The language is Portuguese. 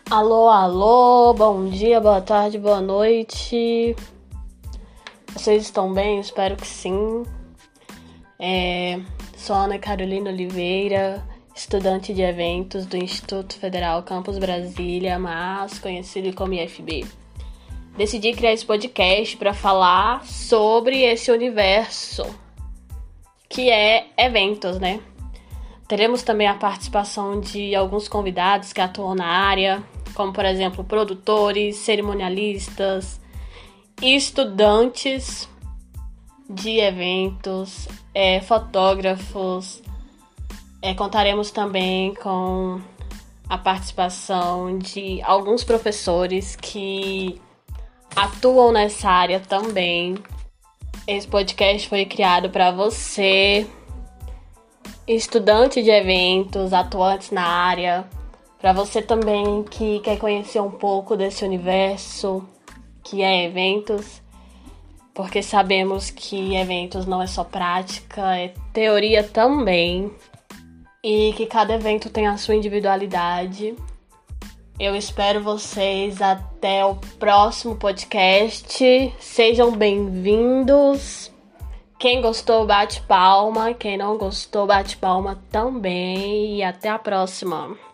Alô, alô, bom dia, boa tarde, boa noite. Vocês estão bem? Espero que sim. Sou Ana Carolina Oliveira, estudante de eventos do Instituto Federal Campus Brasília, mas conhecido como IFB. Decidi criar esse podcast para falar sobre esse universo que é eventos, né? Teremos também a participação de alguns convidados que atuam na área, como, por exemplo, produtores, cerimonialistas, estudantes de eventos, fotógrafos. Contaremos também com a participação de alguns professores que atuam nessa área também. Esse podcast foi criado para você, estudante de eventos, atuantes na área, para você também que quer conhecer um pouco desse universo que é eventos, porque sabemos que eventos não é só prática, é teoria também, e que cada evento tem a sua individualidade. Eu espero vocês até o próximo podcast. Sejam bem-vindos. Quem gostou, bate palma. Quem não gostou, bate palma também. E até a próxima.